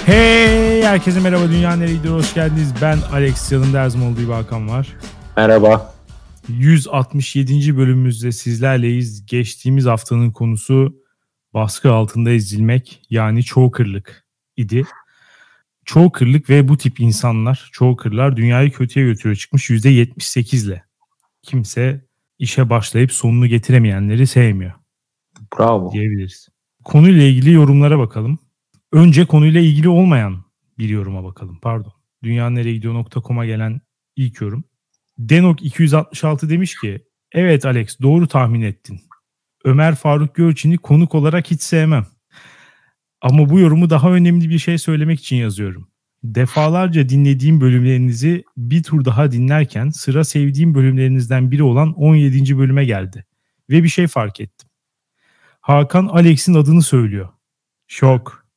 Hey herkese merhaba, Dünya Nereye Gidiyor, hoş geldiniz. Ben Alex, yanımda her zaman olduğu gibi Hakan var. Merhaba. 167. bölümümüzde sizlerleyiz. Geçtiğimiz haftanın konusu baskı altında ezilmek, yani chokerlık idi. Chokerlık ve bu tip insanlar, chokerlar dünyayı kötüye götürüyor çıkmış %78'le. Kimse işe başlayıp sonunu getiremeyenleri sevmiyor. Bravo. Diyebiliriz. Konuyla ilgili yorumlara bakalım. Önce konuyla ilgili olmayan bir yoruma bakalım. Pardon. dünyanereyegidiyor.com'a gelen ilk yorum. Denok 266 demiş ki, evet Alex, doğru tahmin ettin. Ömer Faruk Gölçin'i konuk olarak hiç sevmem. Ama bu yorumu daha önemli bir şey söylemek için yazıyorum. Defalarca dinlediğim bölümlerinizi bir tur daha dinlerken sıra sevdiğim bölümlerinizden biri olan 17. bölüme geldi. Ve bir şey fark ettim. Hakan Alex'in adını söylüyor. Şok.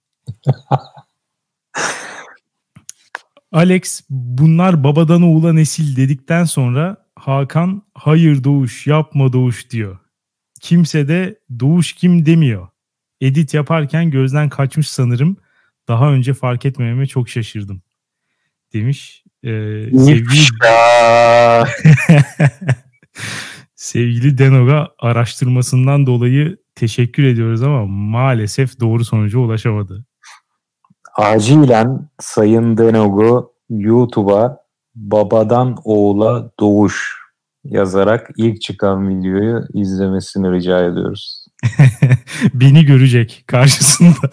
Alex bunlar babadan oğula nesil dedikten sonra Hakan hayır Doğuş yapma Doğuş diyor. Kimse de Doğuş kim demiyor. Edit yaparken gözden kaçmış sanırım. Daha önce fark etmememe çok şaşırdım. Demiş. Sevgili Denog'a araştırmasından dolayı teşekkür ediyoruz ama maalesef doğru sonuca ulaşamadı. Acilen Sayın Denog'u YouTube'a babadan oğula doğuş yazarak ilk çıkan videoyu izlemesini rica ediyoruz. Beni görecek karşısında.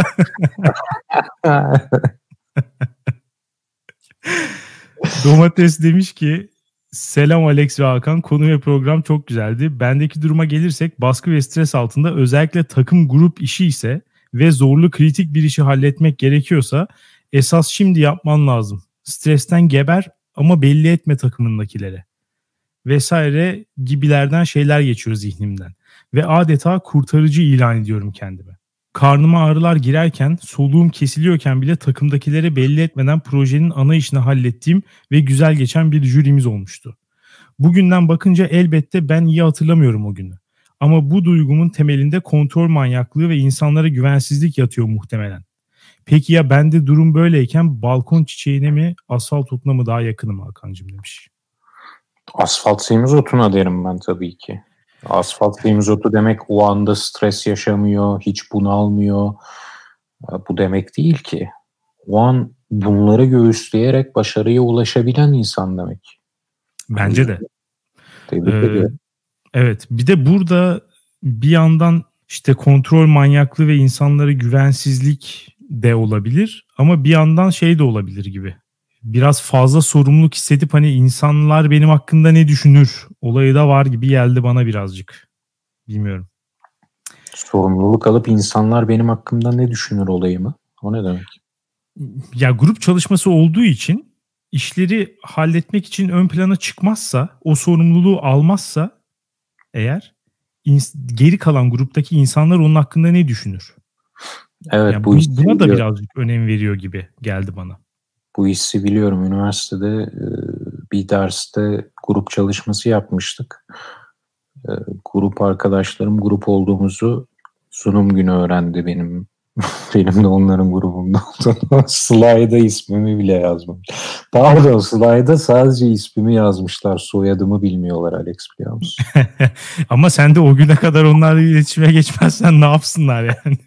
Domates demiş ki, selam Alex ve Hakan, konu ve program çok güzeldi. Bendeki duruma gelirsek baskı ve stres altında özellikle takım grup işi ise ve zorlu kritik bir işi halletmek gerekiyorsa esas şimdi yapman lazım. Stresten geber ama belli etme takımındakilere. Vesaire gibilerden şeyler geçiyor zihnimden. Ve adeta kurtarıcı ilan ediyorum kendime. Karnıma ağrılar girerken, soluğum kesiliyorken bile takımdakilere belli etmeden projenin ana işini hallettiğim ve güzel geçen bir jürimiz olmuştu. Bugünden bakınca elbette ben iyi hatırlamıyorum o günü. Ama bu duygumun temelinde kontrol manyaklığı ve insanlara güvensizlik yatıyor muhtemelen. Peki ya bende durum böyleyken balkon çiçeğine mi, asfalt otuna mı daha yakınım Hakan'cığım demiş. Asfalt semizotuna derim ben tabii ki. Asfalt semizotu demek o anda stres yaşamıyor, hiç bunalmıyor. Bu demek değil ki. O an bunları göğüsleyerek başarıya ulaşabilen insan demek. Bence de. Tebrik ediyorum. Evet, bir de burada bir yandan işte kontrol manyaklığı ve insanlara güvensizlik de olabilir ama bir yandan şey de olabilir gibi. Biraz fazla sorumluluk hissedip hani insanlar benim hakkında ne düşünür olayı da var gibi geldi bana birazcık. Bilmiyorum. Sorumluluk alıp insanlar benim hakkımda ne düşünür olayı mı? O ne demek? Ya grup çalışması olduğu için işleri halletmek için ön plana çıkmazsa, o sorumluluğu almazsa eğer geri kalan gruptaki insanlar onun hakkında ne düşünür? Evet, yani bu hissi buna da biliyorum. birazcık önem veriyor gibi geldi bana. Bu hissi biliyorum. Üniversitede bir derste grup çalışması yapmıştık. Grup arkadaşlarım grup olduğumuzu sunum günü öğrendi benim. Benim de onların grubumda olduğunu. Slide'a ismimi bile yazmamış. Pardon, slide'a sadece ismimi yazmışlar. Soyadımı bilmiyorlar Alex, biliyor musun? Ama sen de o güne kadar onlarla iletişime geçmezsen ne yapsınlar yani?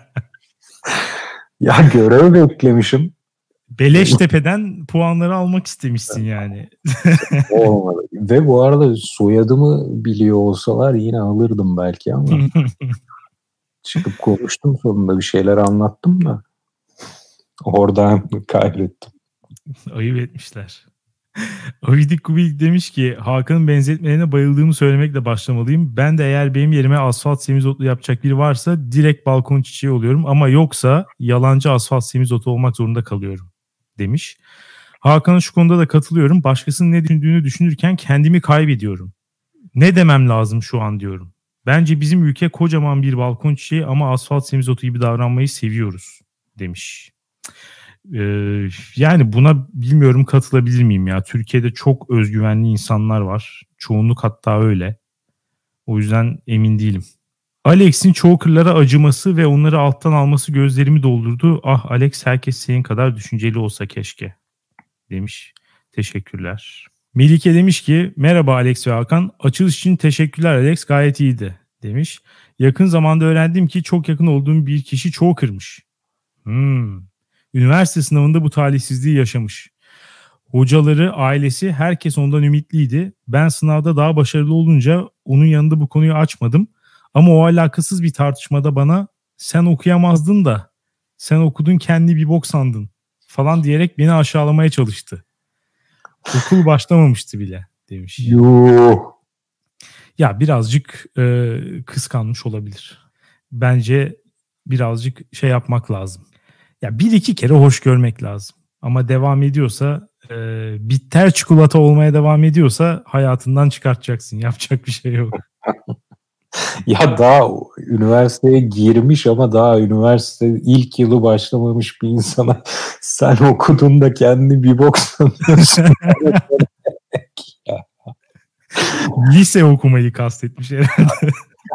Ya görev beklemişim. Beleştepe'den puanları almak istemişsin yani. Olmadı. Ve bu arada soyadımı biliyor olsalar yine alırdım belki ama çıkıp konuştum, sonunda bir şeyler anlattım da oradan kaybettim. Ayıp etmişler. Avidik Kubik demiş ki, Hakan'ın benzetmelerine bayıldığımı söylemekle başlamalıyım. Ben de eğer benim yerime asfalt semizotlu yapacak biri varsa direkt balkon çiçeği oluyorum. Ama yoksa yalancı asfalt semizotu olmak zorunda kalıyorum demiş. Hakan'a şu konuda da katılıyorum. Başkasının ne düşündüğünü düşünürken kendimi kaybediyorum. Ne demem lazım şu an diyorum. Bence bizim ülke kocaman bir balkon çiçeği ama asfalt semizotu gibi davranmayı seviyoruz demiş. Yani buna bilmiyorum katılabilir miyim ya. Türkiye'de çok özgüvenli insanlar var. Çoğunluk hatta öyle. O yüzden emin değilim. Alex'in Choker'lara acıması ve onları alttan alması gözlerimi doldurdu. Ah Alex, herkes senin kadar düşünceli olsa keşke demiş. Teşekkürler. Melike demiş ki merhaba Alex ve Hakan. Açılış için teşekkürler Alex, gayet iyiydi demiş. Yakın zamanda öğrendim ki çok yakın olduğum bir kişi Choker'mış. Üniversite sınavında bu talihsizliği yaşamış. Hocaları, ailesi, herkes ondan ümitliydi. Ben sınavda daha başarılı olunca onun yanında bu konuyu açmadım. Ama o alakasız bir tartışmada bana sen okuyamazdın da sen okudun kendi bir bok sandın falan diyerek beni aşağılamaya çalıştı. Okul başlamamıştı bile demiş. Yuh. Ya birazcık kıskanmış olabilir. Bence birazcık şey yapmak lazım. Ya bir iki kere hoş görmek lazım. Ama devam ediyorsa bitter çikolata olmaya devam ediyorsa hayatından çıkartacaksın. Yapacak bir şey yok. Ya daha üniversiteye girmiş ama daha üniversite ilk yılı başlamamış bir insana sen okudun da kendi bir bok sanıyorsun. Lise okumayı kastetmiş herhalde.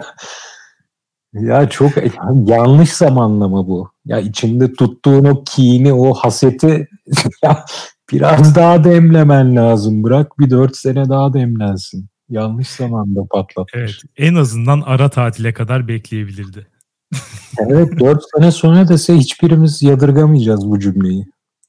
Ya çok yanlış zamanlama bu. Ya içinde tuttuğun o kini, o haseti ya biraz daha demlemen lazım. Bırak bir 4 sene daha demlensin. Yanlış zamanda patlatmış. Evet, en azından ara tatile kadar bekleyebilirdi. Evet, 4 sene sonra dese hiçbirimiz yadırgamayacağız bu cümleyi.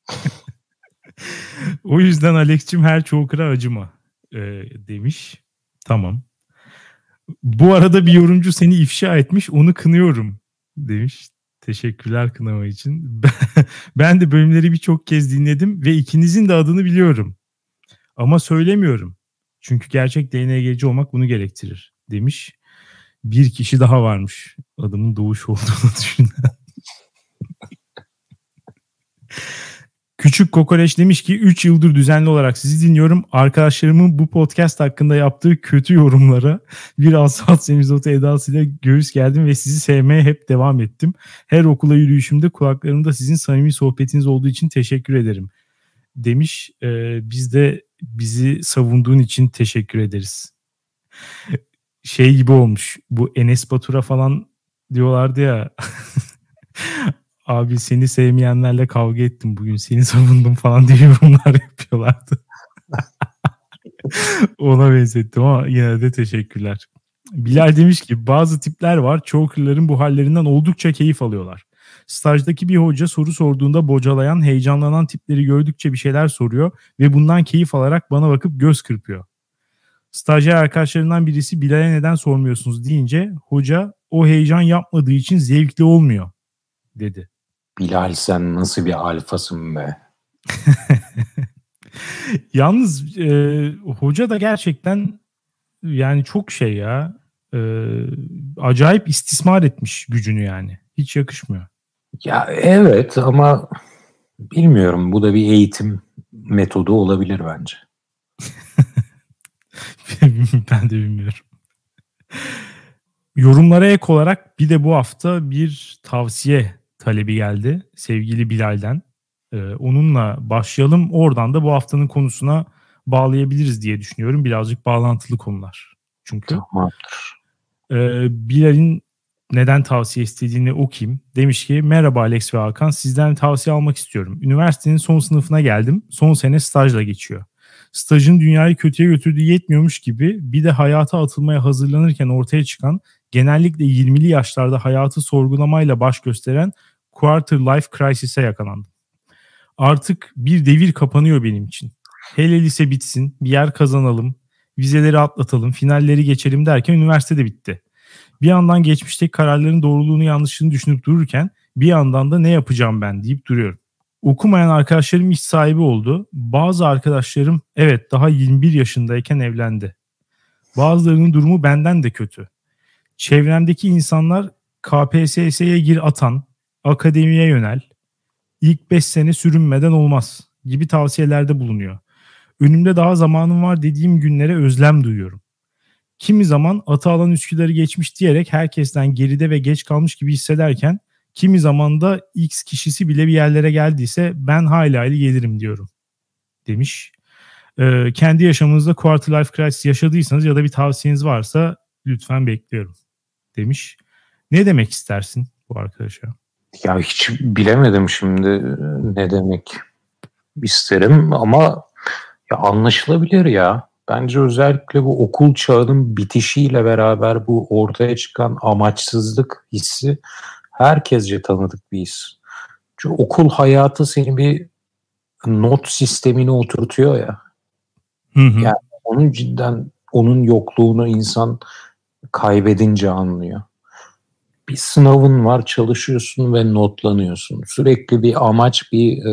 O yüzden Alex'cim her Choker'a acıma demiş. Tamam. Bu arada bir yorumcu seni ifşa etmiş, onu kınıyorum demiş. Teşekkürler kınama için. Ben de bölümleri birçok kez dinledim ve ikinizin de adını biliyorum. Ama söylemiyorum. Çünkü gerçek DNG'ci olmak bunu gerektirir demiş. Bir kişi daha varmış. Adamın Doğuş olduğunu düşünen. Küçük Kokoreç demiş ki 3 yıldır düzenli olarak sizi dinliyorum. Arkadaşlarımın bu podcast hakkında yaptığı kötü yorumlara bir asfalt semizotu edasıyla göğüs gerdim ve sizi sevmeye hep devam ettim. Her okula yürüyüşümde kulaklarımda sizin samimi sohbetiniz olduğu için teşekkür ederim demiş. Biz de bizi savunduğun için teşekkür ederiz. Şey gibi olmuş, bu Enes Batur'a falan diyorlardı ya... Abi seni sevmeyenlerle kavga ettim bugün, seni savundum falan diye yorumlar yapıyorlardı. Ona benzettim ama yine de teşekkürler. Bilal demiş ki bazı tipler var, Choker'ların bu hallerinden oldukça keyif alıyorlar. Stajdaki bir hoca soru sorduğunda bocalayan, heyecanlanan tipleri gördükçe bir şeyler soruyor ve bundan keyif alarak bana bakıp göz kırpıyor. Stajyer arkadaşlarından birisi Bilal'e neden sormuyorsunuz deyince hoca o heyecan yapmadığı için zevkli olmuyor dedi. Bilal sen nasıl bir alfasın be. Yalnız hoca da gerçekten yani çok şey ya, acayip istismar etmiş gücünü yani. Hiç yakışmıyor. Ya evet ama bilmiyorum, bu da bir eğitim metodu olabilir bence. Ben de bilmiyorum. Yorumlara ek olarak bir de bu hafta bir tavsiye talebi geldi sevgili Bilal'den. Onunla başlayalım. Oradan da bu haftanın konusuna bağlayabiliriz diye düşünüyorum. Birazcık bağlantılı konular. Çünkü Tamamdır. Bilal'in neden tavsiye istediğini okuyayım. Demiş ki merhaba Alex ve Hakan, sizden tavsiye almak istiyorum. Üniversitenin son sınıfına geldim. Son sene stajla geçiyor. Stajın dünyayı kötüye götürdüğü yetmiyormuş gibi bir de hayata atılmaya hazırlanırken ortaya çıkan, genellikle 20'li yaşlarda hayatı sorgulamayla baş gösteren quarter life crisis'e yakalandım. Artık bir devir kapanıyor benim için. Hele lise bitsin, bir yer kazanalım, vizeleri atlatalım, finalleri geçelim derken üniversite de bitti. Bir yandan geçmişteki kararların doğruluğunu yanlışlığını düşünüp dururken bir yandan da ne yapacağım ben deyip duruyorum. Okumayan arkadaşlarım iş sahibi oldu. Bazı arkadaşlarım evet daha 21 yaşındayken evlendi. Bazılarının durumu benden de kötü. Çevremdeki insanlar KPSS'ye gir atan, akademiye yönel, ilk 5 sene sürünmeden olmaz gibi tavsiyelerde bulunuyor. Önümde daha zamanım var dediğim günlere özlem duyuyorum. Kimi zaman atı alan Üsküdar'ı geçmiş diyerek herkesten geride ve geç kalmış gibi hissederken kimi zaman da X kişisi bile bir yerlere geldiyse ben hayli gelirim diyorum demiş. Kendi yaşamınızda quarter life crisis yaşadıysanız ya da bir tavsiyeniz varsa lütfen bekliyorum demiş. Ne demek istersin bu arkadaşa? Ya hiç bilemedim şimdi ne demek isterim ama ya anlaşılabilir ya. Bence özellikle bu okul çağının bitişiyle beraber bu ortaya çıkan amaçsızlık hissi herkesce tanıdık bir his. Çünkü okul hayatı seni bir not sistemine oturtuyor ya. Hı hı. Yani onun yokluğunu insan kaybedince anlıyor. Bir sınavın var, çalışıyorsun ve notlanıyorsun. Sürekli bir amaç,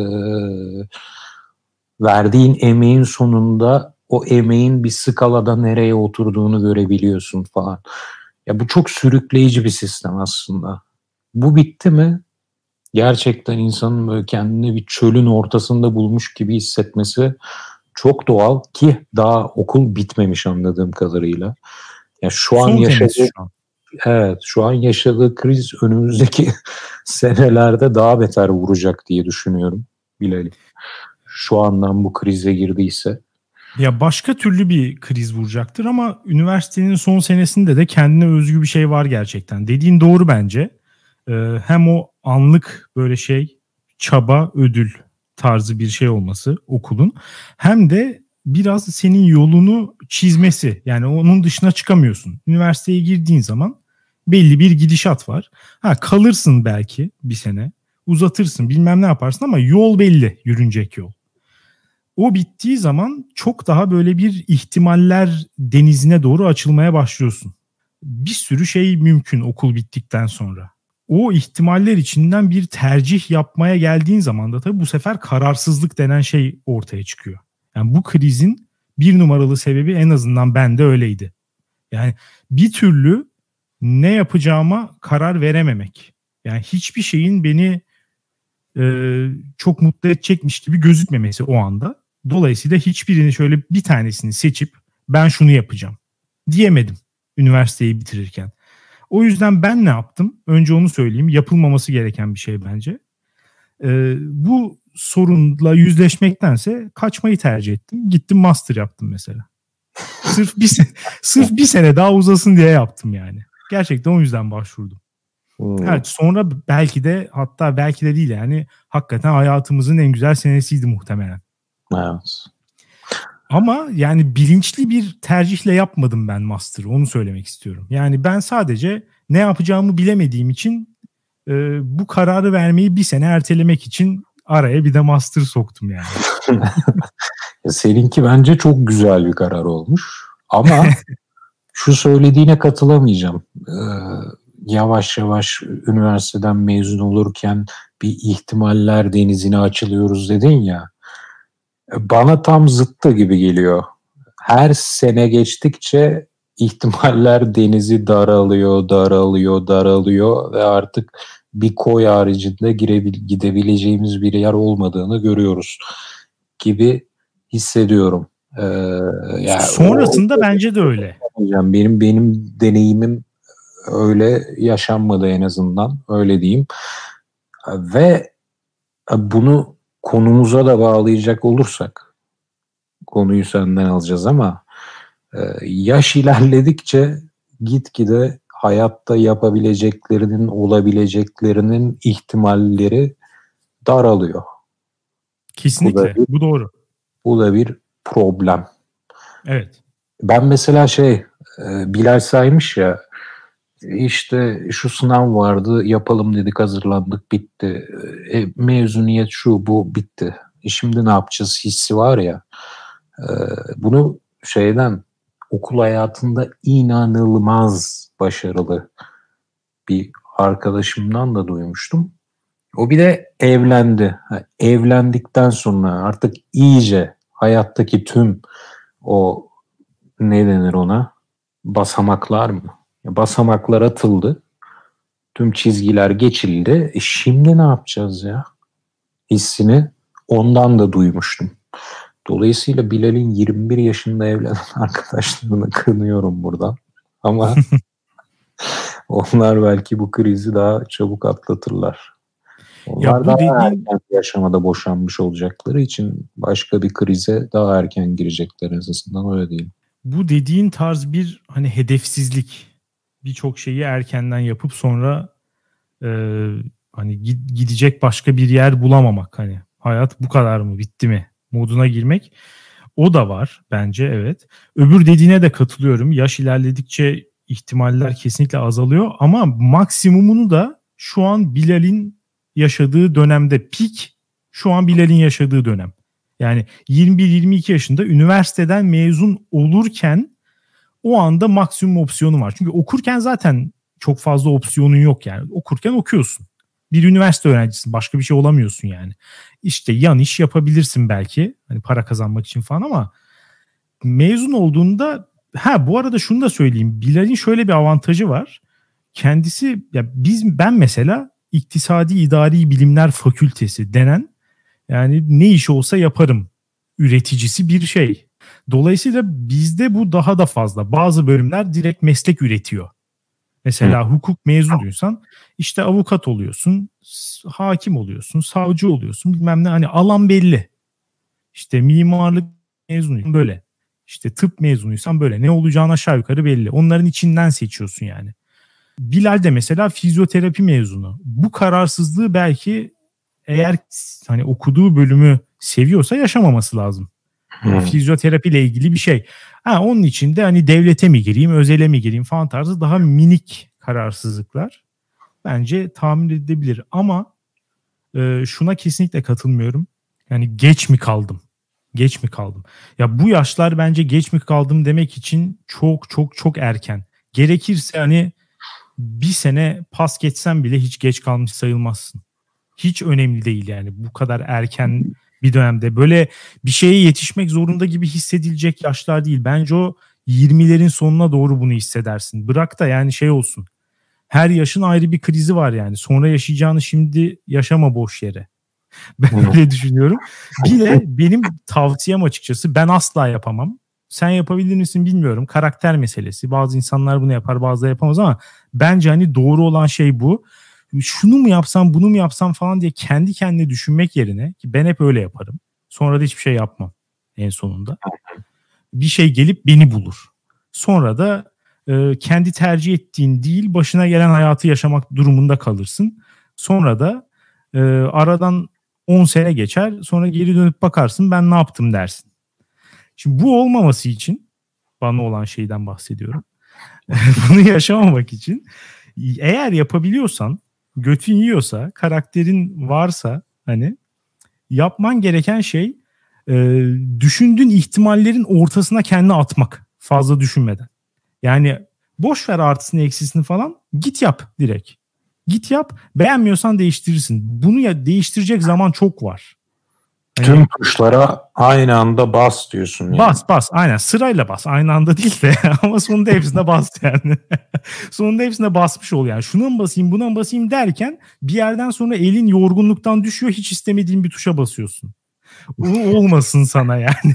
verdiğin emeğin sonunda o emeğin bir skalada nereye oturduğunu görebiliyorsun falan. Ya bu çok sürükleyici bir sistem aslında. Bu bitti mi? Gerçekten insanın böyle kendini bir çölün ortasında bulmuş gibi hissetmesi çok doğal ki daha okul bitmemiş anladığım kadarıyla. Ya şu an Son yaşadığı senesi şu an. Evet, şu an yaşadığı kriz önümüzdeki senelerde daha beter vuracak diye düşünüyorum Bilal'im. Şu andan bu krize girdiyse. Ya başka türlü bir kriz vuracaktır ama üniversitenin son senesinde de kendine özgü bir şey var gerçekten. Dediğin doğru bence. Hem o anlık böyle çaba, ödül tarzı bir şey olması okulun, hem de biraz senin yolunu çizmesi. Yani onun dışına çıkamıyorsun. Üniversiteye girdiğin zaman belli bir gidişat var. Kalırsın belki bir sene, uzatırsın, bilmem ne yaparsın ama yol belli, yürünecek yol. O bittiği zaman çok daha böyle bir ihtimaller denizine doğru açılmaya başlıyorsun. Bir sürü şey mümkün okul bittikten sonra. O ihtimaller içinden bir tercih yapmaya geldiğin zaman da tabii bu sefer kararsızlık denen şey ortaya çıkıyor. Yani bu krizin bir numaralı sebebi en azından bende öyleydi. Yani bir türlü ne yapacağıma karar verememek. Yani hiçbir şeyin beni çok mutlu edecekmiş gibi gözükmemesi o anda. Dolayısıyla hiçbirini, şöyle bir tanesini seçip ben şunu yapacağım diyemedim üniversiteyi bitirirken. O yüzden ben ne yaptım? Önce onu söyleyeyim. Yapılmaması gereken bir şey bence. Bu sorunla yüzleşmektense kaçmayı tercih ettim. Gittim master yaptım mesela. Sırf bir sene daha uzasın diye yaptım yani. Gerçekten o yüzden başvurdum. Evet, sonra belki de, hatta belki de değil yani, hakikaten hayatımızın en güzel senesiydi muhtemelen. Evet. Ama yani bilinçli bir tercihle yapmadım ben master'ı, onu söylemek istiyorum. Yani ben sadece ne yapacağımı bilemediğim için bu kararı vermeyi bir sene ertelemek için araya bir de master soktum yani. Seninki bence çok güzel bir karar olmuş. Ama şu söylediğine katılamayacağım. Yavaş yavaş üniversiteden mezun olurken bir ihtimaller denizine açılıyoruz dedin ya. Bana tam zıttı gibi geliyor. Her sene geçtikçe ihtimaller denizi daralıyor ve artık bir koy haricinde gidebileceğimiz bir yer olmadığını görüyoruz gibi hissediyorum. Yani Sonrasında bence de öyle. Benim deneyimim öyle yaşanmadı, en azından öyle diyeyim. Ve bunu konumuza da bağlayacak olursak, konuyu senden alacağız ama yaş ilerledikçe gitgide hayatta yapabileceklerinin, olabileceklerinin ihtimalleri daralıyor. Kesinlikle. Bu doğru. Bu da bir problem. Evet. Ben mesela Bilal saymış ya, işte şu sınav vardı, yapalım dedik, hazırlandık, bitti. Mezuniyet şu bu bitti. Şimdi ne yapacağız hissi var ya. Bunu okul hayatında inanılmaz başarılı bir arkadaşımdan da duymuştum. O bir de evlendi. Evlendikten sonra artık iyice hayattaki tüm o, ne denir ona, basamaklar mı? Basamaklar atıldı. Tüm çizgiler geçildi. Şimdi ne yapacağız ya? Hissini ondan da duymuştum. Dolayısıyla Bilal'in 21 yaşında evlenen arkadaşlarını kınıyorum buradan. Ama onlar belki bu krizi daha çabuk atlatırlar. Onlar daha erken bir aşamada boşanmış olacakları için başka bir krize daha erken girecekler, en azından öyle diyeyim. Bu dediğin tarz bir hedefsizlik, birçok şeyi erkenden yapıp sonra hani gidecek başka bir yer bulamamak, hani hayat bu kadar mı, bitti mi moduna girmek, o da var bence, evet. Öbür dediğine de katılıyorum. Yaş ilerledikçe ihtimaller kesinlikle azalıyor ama maksimumunu da şu an Bilal'in yaşadığı dönemde, peak şu an Bilal'in yaşadığı dönem. Yani 21-22 yaşında üniversiteden mezun olurken o anda maksimum opsiyonu var. Çünkü okurken zaten çok fazla opsiyonun yok yani. Okurken okuyorsun. Bir üniversite öğrencisin. Başka bir şey olamıyorsun yani. İşte yan iş yapabilirsin belki. Hani para kazanmak için falan ama mezun olduğunda, bu arada şunu da söyleyeyim. Bilal'in şöyle bir avantajı var. Kendisi, ya ben mesela İktisadi İdari Bilimler Fakültesi denen, yani ne iş olsa yaparım üreticisi bir şey. Dolayısıyla bizde bu daha da fazla. Bazı bölümler direkt meslek üretiyor. Mesela hukuk mezunuysan işte avukat oluyorsun, hakim oluyorsun, savcı oluyorsun, bilmem ne, hani alan belli. İşte mimarlık mezunuysan böyle. İşte tıp mezunuysan böyle. Ne olacağın aşağı yukarı belli. Onların içinden seçiyorsun yani. Bilal de mesela fizyoterapi mezunu. Bu kararsızlığı belki, eğer hani okuduğu bölümü seviyorsa, yaşamaması lazım. Fizyoterapi ile ilgili bir şey. Onun için de hani devlete mi gireyim, özele mi gireyim falan tarzı daha minik kararsızlıklar bence tahmin edilebilir. Ama şuna kesinlikle katılmıyorum. Yani geç mi kaldım? Geç mi kaldım? Ya bu yaşlar bence geç mi kaldım demek için çok çok çok erken. Gerekirse hani bir sene pas geçsen bile hiç geç kalmış sayılmazsın. Hiç önemli değil yani, bu kadar erken bir dönemde böyle bir şeye yetişmek zorunda gibi hissedilecek yaşlar değil. Bence o 20'lerin sonuna doğru bunu hissedersin. Bırak da yani şey olsun. Her yaşın ayrı bir krizi var yani. Sonra yaşayacağını şimdi yaşama boş yere. Ben öyle düşünüyorum. Bir de benim tavsiyem açıkçası, ben asla yapamam. Sen yapabilir misin bilmiyorum. Karakter meselesi. Bazı insanlar bunu yapar, bazıları yapamaz ama bence hani doğru olan şey bu. Şunu mu yapsam, bunu mu yapsam falan diye kendi kendine düşünmek yerine, ki ben hep öyle yaparım. Sonra da hiçbir şey yapmam en sonunda. Bir şey gelip beni bulur. Sonra da kendi tercih ettiğin değil, başına gelen hayatı yaşamak durumunda kalırsın. Sonra da aradan 10 sene geçer. Sonra geri dönüp bakarsın, ben ne yaptım dersin. Şimdi bu olmaması için, bana olan şeyden bahsediyorum. Bunu yaşamamak için eğer yapabiliyorsan, götün yiyorsa, karakterin varsa, hani yapman gereken şey düşündüğün ihtimallerin ortasına kendini atmak, fazla düşünmeden. Yani boş ver artısını eksisini falan, git yap direkt. Git yap, beğenmiyorsan değiştirirsin. Bunu ya değiştirecek zaman çok var. Hani, tüm tuşlara aynı anda bas diyorsun yani. Bas aynen, sırayla bas, aynı anda değil de ama sonunda hepsine bas yani. Sonunda hepsine basmış ol yani. Şuna mı basayım, buna mı basayım derken bir yerden sonra elin yorgunluktan düşüyor, hiç istemediğin bir tuşa basıyorsun. O olmasın sana yani.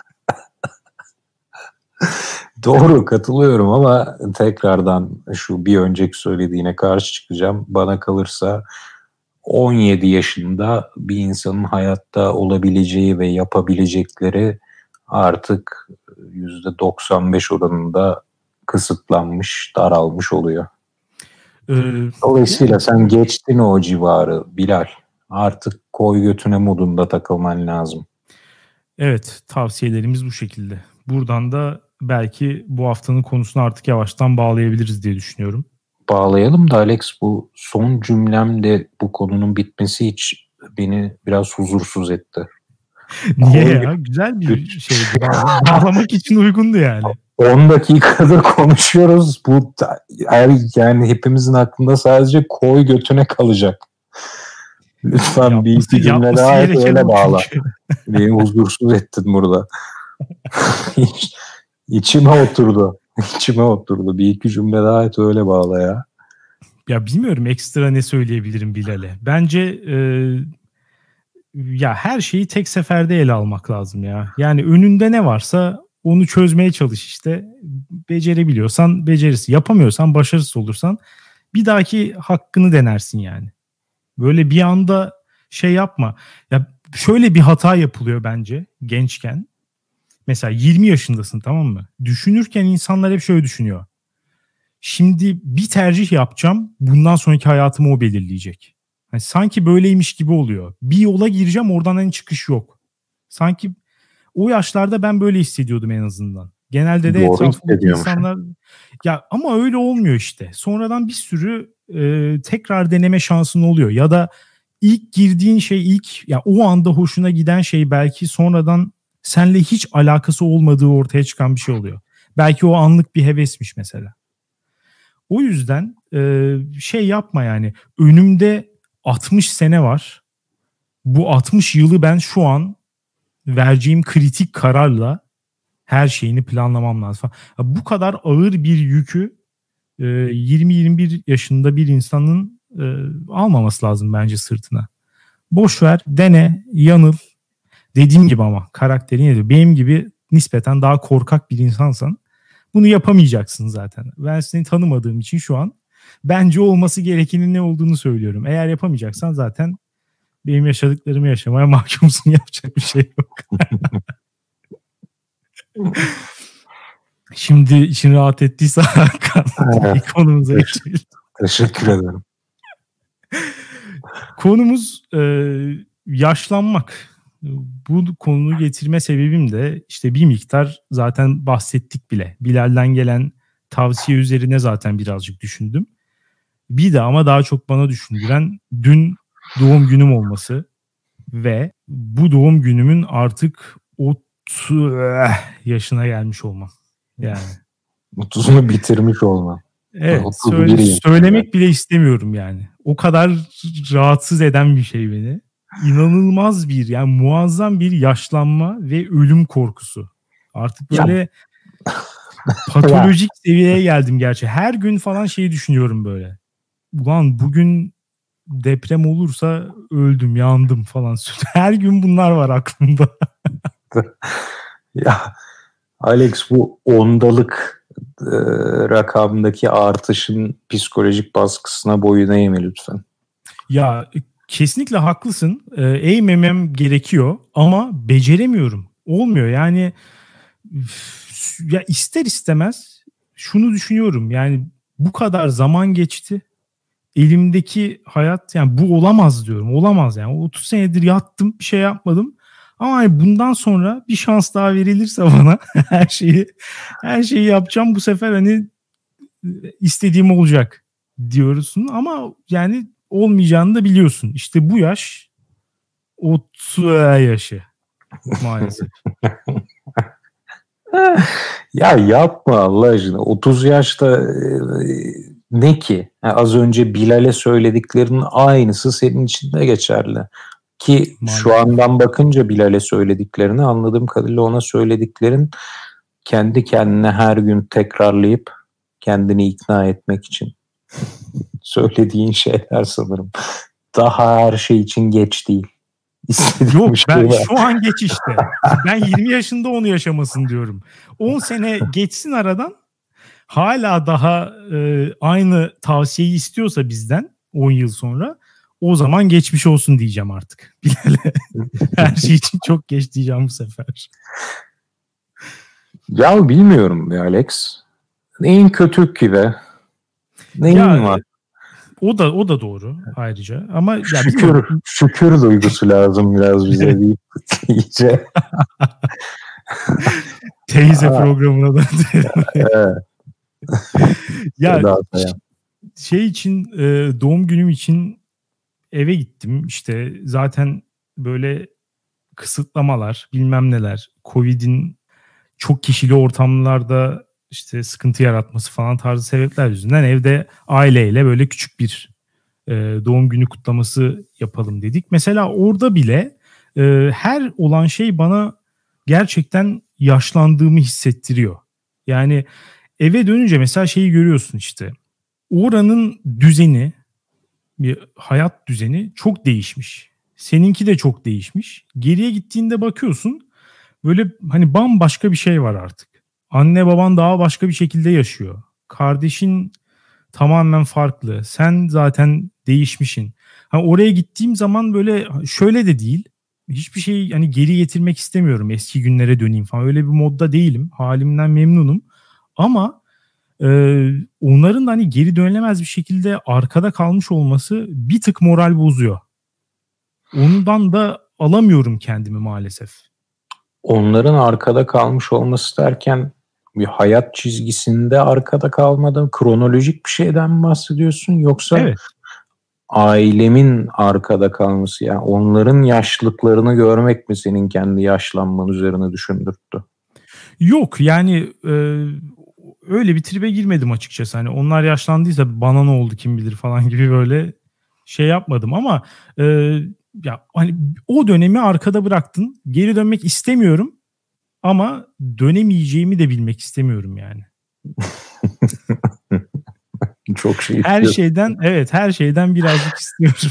Doğru, katılıyorum ama tekrardan şu bir önceki söylediğine karşı çıkacağım. Bana kalırsa 17 yaşında bir insanın hayatta olabileceği ve yapabilecekleri artık %95 oranında kısıtlanmış, daralmış oluyor. Dolayısıyla sen geçtin o civarı Bilal. Artık koy götüne modunda takılman lazım. Evet, tavsiyelerimiz bu şekilde. Buradan da belki bu haftanın konusunu artık yavaştan bağlayabiliriz diye düşünüyorum. Bağlayalım da Alex, bu son cümlemde bu konunun bitmesi hiç beni biraz huzursuz etti. Niye ya? Güzel bir şeydi. Bağlamak için uygundu yani. 10 dakikadır konuşuyoruz. Bu yani hepimizin aklında sadece koy götüne kalacak. Lütfen bir iki cümle daha öyle bağla. Beni huzursuz ettin burada. İçime oturdu. İçime oturdu. Bir iki cümle daha et, öyle bağla ya. Ya bilmiyorum ekstra ne söyleyebilirim Bilal'e. Bence ya her şeyi tek seferde ele almak lazım ya. Yani önünde ne varsa onu çözmeye çalış işte. Becerebiliyorsan becerirsin. Yapamıyorsan, başarısız olursan bir dahaki hakkını denersin yani. Böyle bir anda şey yapma. Ya şöyle bir hata yapılıyor bence gençken. Mesela 20 yaşındasın, tamam mı? Düşünürken insanlar hep şöyle düşünüyor. Şimdi bir tercih yapacağım. Bundan sonraki hayatımı o belirleyecek. Yani sanki böyleymiş gibi oluyor. Bir yola gireceğim, oradan hani çıkış yok. Sanki o yaşlarda ben böyle hissediyordum en azından. Genelde de Doğru etrafımdaki insanlar ya ama öyle olmuyor işte. Sonradan bir sürü tekrar deneme şansın oluyor. Ya da ilk girdiğin şey ya o anda hoşuna giden şey belki sonradan seninle hiç alakası olmadığı ortaya çıkan bir şey oluyor. Belki o anlık bir hevesmiş mesela. O yüzden şey yapma yani. Önümde 60 sene var. Bu 60 yılı ben şu an vereceğim kritik kararla her şeyini planlamam lazım falan. Bu kadar ağır bir yükü 20-21 yaşında bir insanın almaması lazım bence sırtına. Boş ver, dene, yanıl. Dediğim gibi ama karakterin nedir? Benim gibi nispeten daha korkak bir insansan bunu yapamayacaksın zaten. Ben seni tanımadığım için şu an bence olması gerekenin ne olduğunu söylüyorum. Eğer yapamayacaksan zaten benim yaşadıklarımı yaşamaya mahkumsun, yapacak bir şey yok. Şimdi için rahat ettiyse Hakan, konumuza geçelim. Teşekkür ederim. Konumuz yaşlanmak. Bu konuyu getirme sebebim de işte bir miktar zaten bahsettik bile. Bilal'den gelen tavsiye üzerine zaten birazcık düşündüm. Bir de ama daha çok bana düşündüren dün doğum günüm olması ve bu doğum günümün artık 30 yaşına gelmiş olmam. Yani 30'unu bitirmiş olma. Evet, söylemek bile istemiyorum yani. O kadar rahatsız eden bir şey beni. İnanılmaz bir, yani muazzam bir yaşlanma ve ölüm korkusu. Artık böyle patolojik seviyeye geldim gerçi. Her gün falan şeyi düşünüyorum böyle. Ulan bugün deprem olursa öldüm, yandım falan. Her gün bunlar var aklımda. Ya Alex, bu ondalık rakamdaki artışın psikolojik baskısına boyun eğme lütfen. Ya kesinlikle haklısın. Eğmemem gerekiyor ama beceremiyorum. Olmuyor yani. Ya ister istemez şunu düşünüyorum. Yani bu kadar zaman geçti. Elimdeki hayat, yani bu olamaz diyorum. Olamaz yani. 30 senedir yattım, bir şey yapmadım. Ama hani bundan sonra bir şans daha verilirse bana her şeyi yapacağım. Bu sefer hani istediğim olacak diyorsun ama yani olmayacağını da biliyorsun. İşte bu yaş 30 yaşı maalesef. Ya yapma Allah aşkına. 30 yaşta ne ki? Yani az önce Bilal'e söylediklerinin aynısı senin için de geçerli. Ki maalesef. Şu andan bakınca Bilal'e söylediklerini, anladığım kadarıyla ona söylediklerin kendi kendine her gün tekrarlayıp kendini ikna etmek için söylediğin şeyler sanırım. Daha her şey için geç değil. Yok, ben şu an geç işte. Ben 20 yaşında onu yaşamasın diyorum. 10 sene geçsin aradan, hala daha aynı tavsiyeyi istiyorsa bizden 10 yıl sonra, o zaman geçmiş olsun diyeceğim artık. Bilal'e her şey için çok geç diyeceğim bu sefer. Ya bilmiyorum be Alex. Neyin kötü ki be? Neyin var? O da doğru ayrıca. Ama ya şükür duygusu lazım biraz bize deyip iyice. Teyze programına da. Evet. Ya şey için, doğum günüm için eve gittim. İşte zaten böyle kısıtlamalar, bilmem neler, Covid'in çok kişili ortamlarda işte sıkıntı yaratması falan tarzı sebepler yüzünden evde aileyle böyle küçük bir doğum günü kutlaması yapalım dedik. Mesela orada bile her olan şey bana gerçekten yaşlandığımı hissettiriyor. Yani eve dönünce mesela şeyi görüyorsun işte. Oranın düzeni, bir hayat düzeni çok değişmiş. Seninki de çok değişmiş. Geriye gittiğinde bakıyorsun böyle hani bambaşka bir şey var artık. Anne baban daha başka bir şekilde yaşıyor. Kardeşin tamamen farklı. Sen zaten değişmişsin. Oraya gittiğim zaman böyle şöyle de değil. Hiçbir şey hani geri getirmek istemiyorum. Eski günlere döneyim falan. Öyle bir modda değilim. Halimden memnunum. Ama Onların da hani geri dönülemez bir şekilde arkada kalmış olması bir tık moral bozuyor. Ondan da alamıyorum kendimi maalesef. Onların arkada kalmış olması derken bir hayat çizgisinde arkada kalmadan kronolojik bir şeyden mi bahsediyorsun, yoksa Evet. Ailemin arkada kalması, yani onların yaşlılıklarını görmek mi senin kendi yaşlanman üzerine düşündürttü? Yok yani öyle bir tribe girmedim açıkçası. Hani onlar yaşlandıysa bana ne oldu kim bilir falan gibi böyle şey yapmadım ama ya hani o dönemi arkada bıraktın. Geri dönmek istemiyorum ama dönemeyeceğimi de bilmek istemiyorum yani. Çok şey Her istiyorsun. şeyden her şeyden birazcık istiyorum.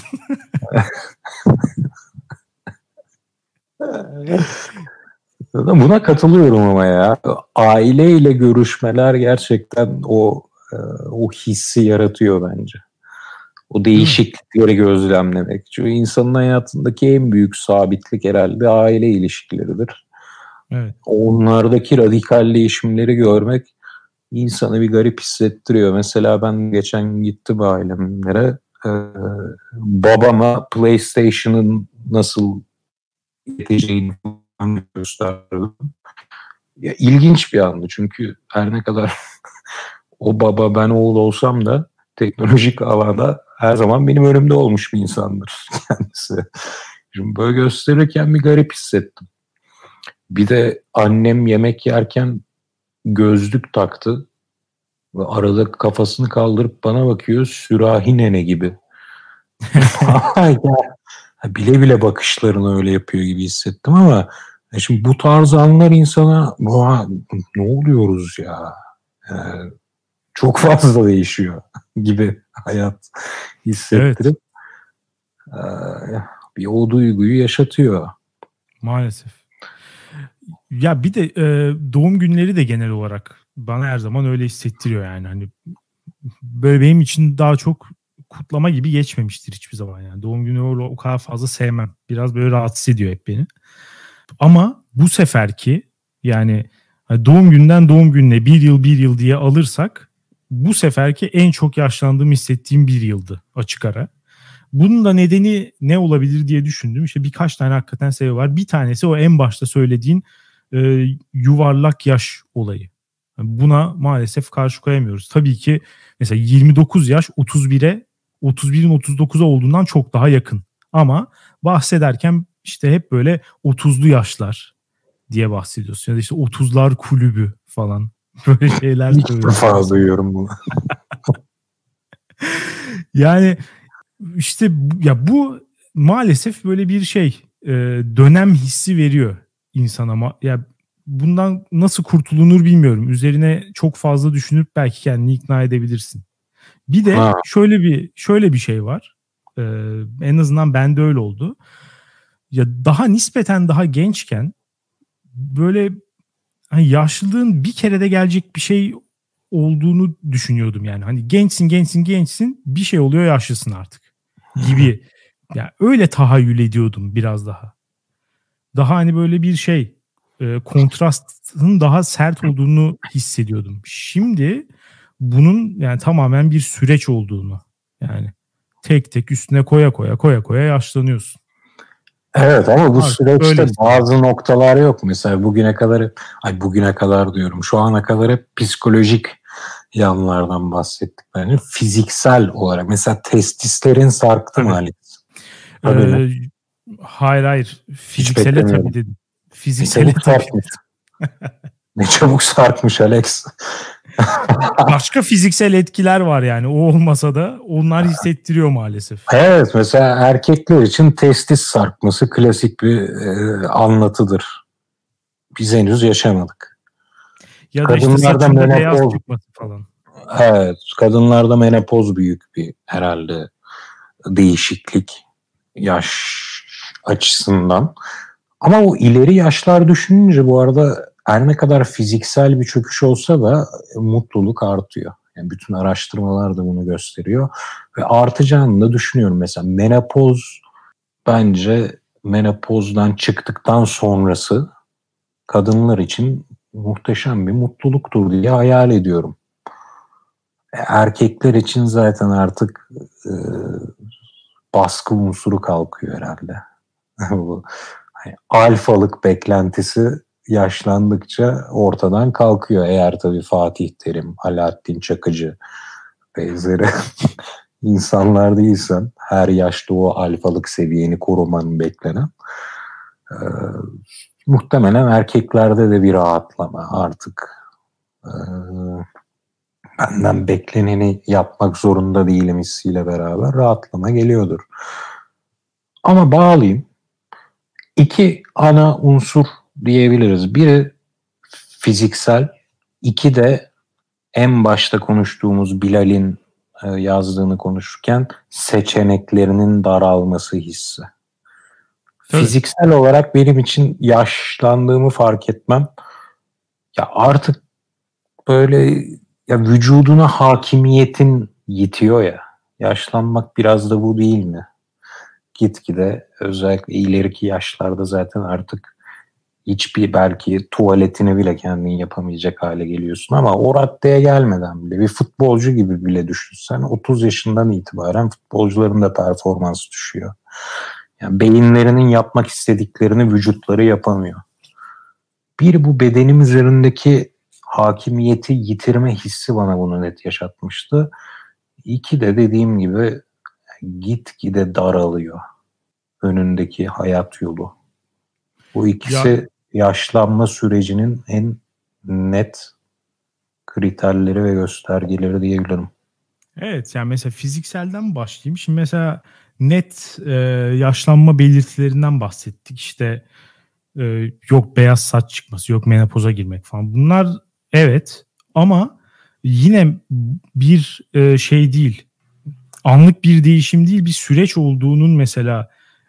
Buna katılıyorum ama ya. Aileyle görüşmeler gerçekten o hissi yaratıyor bence. O değişiklikleri gözlemlemek. Çünkü insanın hayatındaki en büyük sabitlik herhalde aile ilişkileridir. Evet. Onlardaki radikal değişimleri görmek insanı bir garip hissettiriyor. Mesela ben geçen gittim ailemlere. Babama PlayStation'ın nasıl yeteceğini gösterdim. Ya, ilginç bir andı çünkü her ne kadar o baba ben oğul olsam da teknolojik alanda her zaman benim önümde olmuş bir insandır kendisi. Şimdi böyle gösterirken bir garip hissettim. Bir de annem yemek yerken gözlük taktı ve arada kafasını kaldırıp bana bakıyor, sürahi nene gibi. Bile bile bakışlarını öyle yapıyor gibi hissettim ama şimdi bu tarz anlar insana ne oluyoruz ya? Çok fazla değişiyor gibi hayat hissettirip bir o duyguyu yaşatıyor. Maalesef. Ya bir de doğum günleri de genel olarak bana her zaman öyle hissettiriyor yani. Hani böyle benim için daha çok kutlama gibi geçmemiştir hiçbir zaman yani. Doğum günü o kadar fazla sevmem. Biraz böyle rahatsız ediyor hep beni. Ama bu seferki yani doğum günden doğum gününe bir yıl diye alırsak bu seferki en çok yaşlandığımı hissettiğim bir yıldı açık ara. Bunun da nedeni ne olabilir diye düşündüm. İşte birkaç tane hakikaten sebebi var. Bir tanesi o en başta söylediğin yuvarlak yaş olayı. Buna maalesef karşı koyamıyoruz. Tabii ki mesela 29 yaş 31'in 39'a olduğundan çok daha yakın. Ama bahsederken işte hep böyle 30'lu yaşlar diye bahsediyorsun. Ya da işte 30'lar kulübü falan. Böyle şeyler İlk defa duyuyorum bunu. Yani işte ya bu maalesef böyle bir şey dönem hissi veriyor insana ama ya bundan nasıl kurtulunur bilmiyorum. Üzerine çok fazla düşünüp belki kendini ikna edebilirsin. Bir de şöyle bir şey var. En azından bende öyle oldu. Ya nispeten daha gençken böyle hani yaşlılığın bir kerede gelecek bir şey olduğunu düşünüyordum yani. Hani gençsin bir şey oluyor yaşlısın artık gibi. Yani öyle tahayyül ediyordum biraz daha. Daha hani böyle bir şey kontrastın daha sert olduğunu hissediyordum. Şimdi bunun yani tamamen bir süreç olduğunu yani tek tek üstüne koya yaşlanıyorsun. Evet ama bu Artık süreçte bazı noktalar yok. Mesela bugüne kadar diyorum. Şu ana kadar hep psikolojik yanlardan bahsettik. Yani fiziksel olarak mesela testislerin sarktı mı Alex? Hayır. Fiziksele tabii dedim. Fiziksele tabii dedim. Ne çabuk sarkmış Alex. Başka fiziksel etkiler var yani. O olmasa da onlar hissettiriyor maalesef. Evet, mesela erkekler için testis sarkması klasik bir anlatıdır. Biz henüz yaşamadık. Ya da işte saçında beyaz çıkması falan. Evet, kadınlarda menopoz büyük bir herhalde değişiklik yaş açısından. Ama o ileri yaşlar düşününce bu arada her ne kadar fiziksel bir çöküş olsa da mutluluk artıyor. Yani bütün araştırmalar da bunu gösteriyor. Ve artacağını da düşünüyorum. Mesela menopoz, bence menopozdan çıktıktan sonrası kadınlar için muhteşem bir mutluluktur diye hayal ediyorum. Erkekler için zaten artık baskı unsuru kalkıyor herhalde. Bu hani alfalık beklentisi yaşlandıkça ortadan kalkıyor. Eğer tabii Fatih Terim, Alaaddin Çakıcı benzeri insanlar değilsen, her yaşta o alfalık seviyeni korumanın beklenen, muhtemelen erkeklerde de bir rahatlama artık. Benden bekleneni yapmak zorunda değilim hissiyle beraber rahatlama geliyordur. Ama bağlayayım. 2 ana unsur diyebiliriz. Biri fiziksel, 2 de en başta konuştuğumuz Bilal'in yazdığını konuşurken seçeneklerinin daralması hissi. Evet. Fiziksel olarak benim için yaşlandığımı fark etmem. Ya artık böyle ya vücuduna hakimiyetin yitiyor ya. Yaşlanmak biraz da bu değil mi? Gitgide özellikle ileriki yaşlarda zaten artık hiçbir belki tuvaletini bile kendin yapamayacak hale geliyorsun ama o raddeye gelmeden bile bir futbolcu gibi bile düşünsen 30 yaşından itibaren futbolcuların da performansı düşüyor. Yani beyinlerinin yapmak istediklerini vücutları yapamıyor. Bir, bu bedenim üzerindeki hakimiyeti yitirme hissi bana bunu net yaşatmıştı. 2 de dediğim gibi gitgide daralıyor önündeki hayat yolu. Bu ikisi yaşlanma sürecinin en net kriterleri ve göstergeleri diyebilirim. Evet, yani mesela fizikselden başlayayım. Şimdi mesela net yaşlanma belirtilerinden bahsettik. İşte yok beyaz saç çıkması, yok menopoza girmek falan. Bunlar evet ama yine bir şey değil. Anlık bir değişim değil, bir süreç olduğunun mesela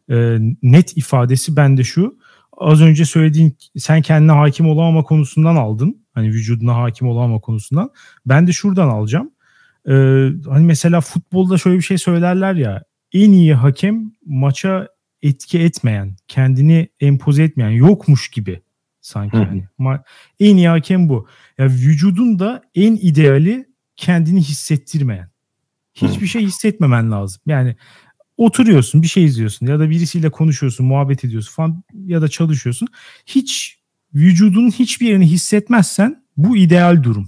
net ifadesi bende şu. Az önce söylediğin, sen kendine hakim olamama konusundan aldın. Hani vücuduna hakim olamama konusundan. Ben de şuradan alacağım. Hani mesela futbolda şöyle bir şey söylerler ya. En iyi hakem maça etki etmeyen, kendini empoze etmeyen, yokmuş gibi sanki. Yani. En iyi hakem bu. Ya vücudun da en ideali kendini hissettirmeyen. Hiçbir şey hissetmemen lazım. Yani oturuyorsun, bir şey izliyorsun ya da birisiyle konuşuyorsun, muhabbet ediyorsun falan ya da çalışıyorsun. Hiç vücudunun hiçbir yerini hissetmezsen bu ideal durum.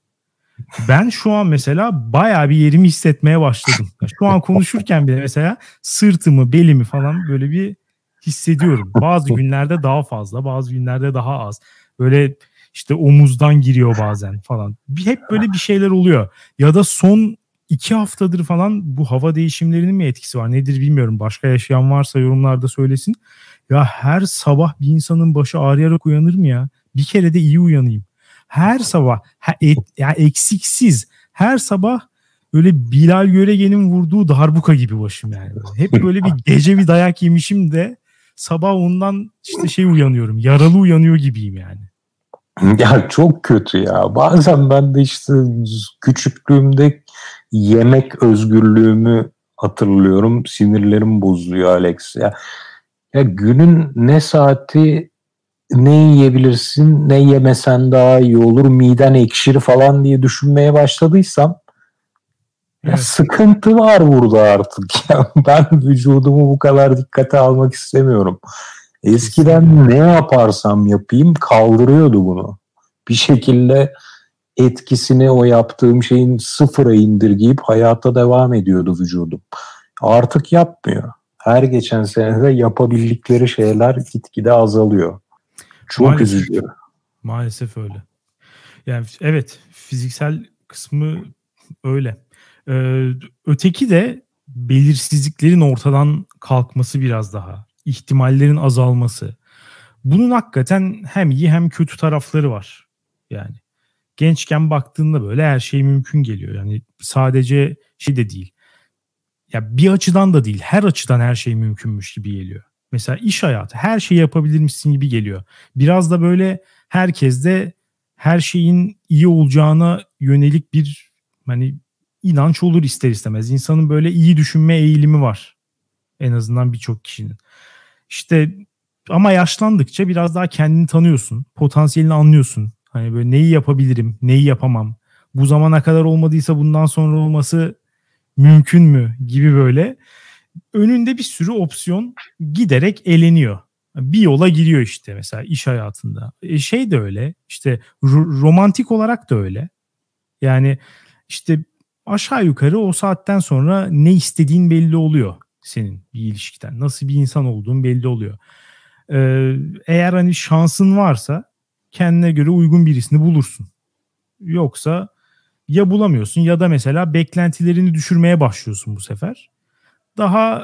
Ben şu an mesela bayağı bir yerimi hissetmeye başladım. Şu an konuşurken bile mesela sırtımı, belimi falan böyle bir hissediyorum. Bazı günlerde daha fazla, bazı günlerde daha az. Böyle işte omuzdan giriyor bazen falan. Hep böyle bir şeyler oluyor. Ya da son 2 haftadır falan bu hava değişimlerinin mi etkisi var nedir bilmiyorum. Başka yaşayan varsa yorumlarda söylesin. Ya her sabah bir insanın başı ağrıyarak uyanır mı ya? Bir kere de iyi uyanayım. Her sabah yani eksiksiz her sabah öyle Bilal Göregen'in vurduğu darbuka gibi başım yani. Hep böyle bir gece bir dayak yemişim de sabah ondan işte uyanıyorum. Yaralı uyanıyor gibiyim yani. Ya çok kötü ya. Bazen ben de işte küçüklüğümde yemek özgürlüğümü hatırlıyorum. Sinirlerim bozuluyor Alex. Ya günün ne saati ne yiyebilirsin, ne yemesen daha iyi olur, miden ekşir falan diye düşünmeye başladıysam ya sıkıntı var burada artık. Ya ben vücudumu bu kadar dikkate almak istemiyorum. Eskiden ne yaparsam yapayım kaldırıyordu bunu. Bir şekilde etkisini o yaptığım şeyin sıfıra indirgeyip hayata devam ediyordu vücudum. Artık yapmıyor. Her geçen senede yapabildikleri şeyler gitgide azalıyor. Çok üzücü. Maalesef öyle. Yani evet, fiziksel kısmı öyle. Öteki de belirsizliklerin ortadan kalkması biraz daha. İhtimallerin azalması. Bunun hakikaten hem iyi hem kötü tarafları var. Yani gençken baktığında böyle her şey mümkün geliyor. Yani sadece şey de değil. Ya bir açıdan da değil. Her açıdan her şey mümkünmüş gibi geliyor. Mesela iş hayatı her şeyi yapabilirmişsin gibi geliyor. Biraz da böyle herkeste her şeyin iyi olacağına yönelik bir hani inanç olur ister istemez. İnsanın böyle iyi düşünme eğilimi var. En azından birçok kişinin. İşte ama yaşlandıkça biraz daha kendini tanıyorsun. Potansiyelini anlıyorsun. Hani böyle neyi yapabilirim, neyi yapamam. bu zamana kadar olmadıysa bundan sonra olması mümkün mü gibi böyle. Önünde bir sürü opsiyon giderek eleniyor. Bir yola giriyor işte mesela iş hayatında. Şey de öyle işte romantik olarak da öyle. Yani işte aşağı yukarı o saatten sonra ne istediğin belli oluyor senin bir ilişkiden. Nasıl bir insan olduğun belli oluyor. Eğer hani şansın varsa kendine göre uygun birisini bulursun. Yoksa ya bulamıyorsun ya da mesela beklentilerini düşürmeye başlıyorsun bu sefer. Daha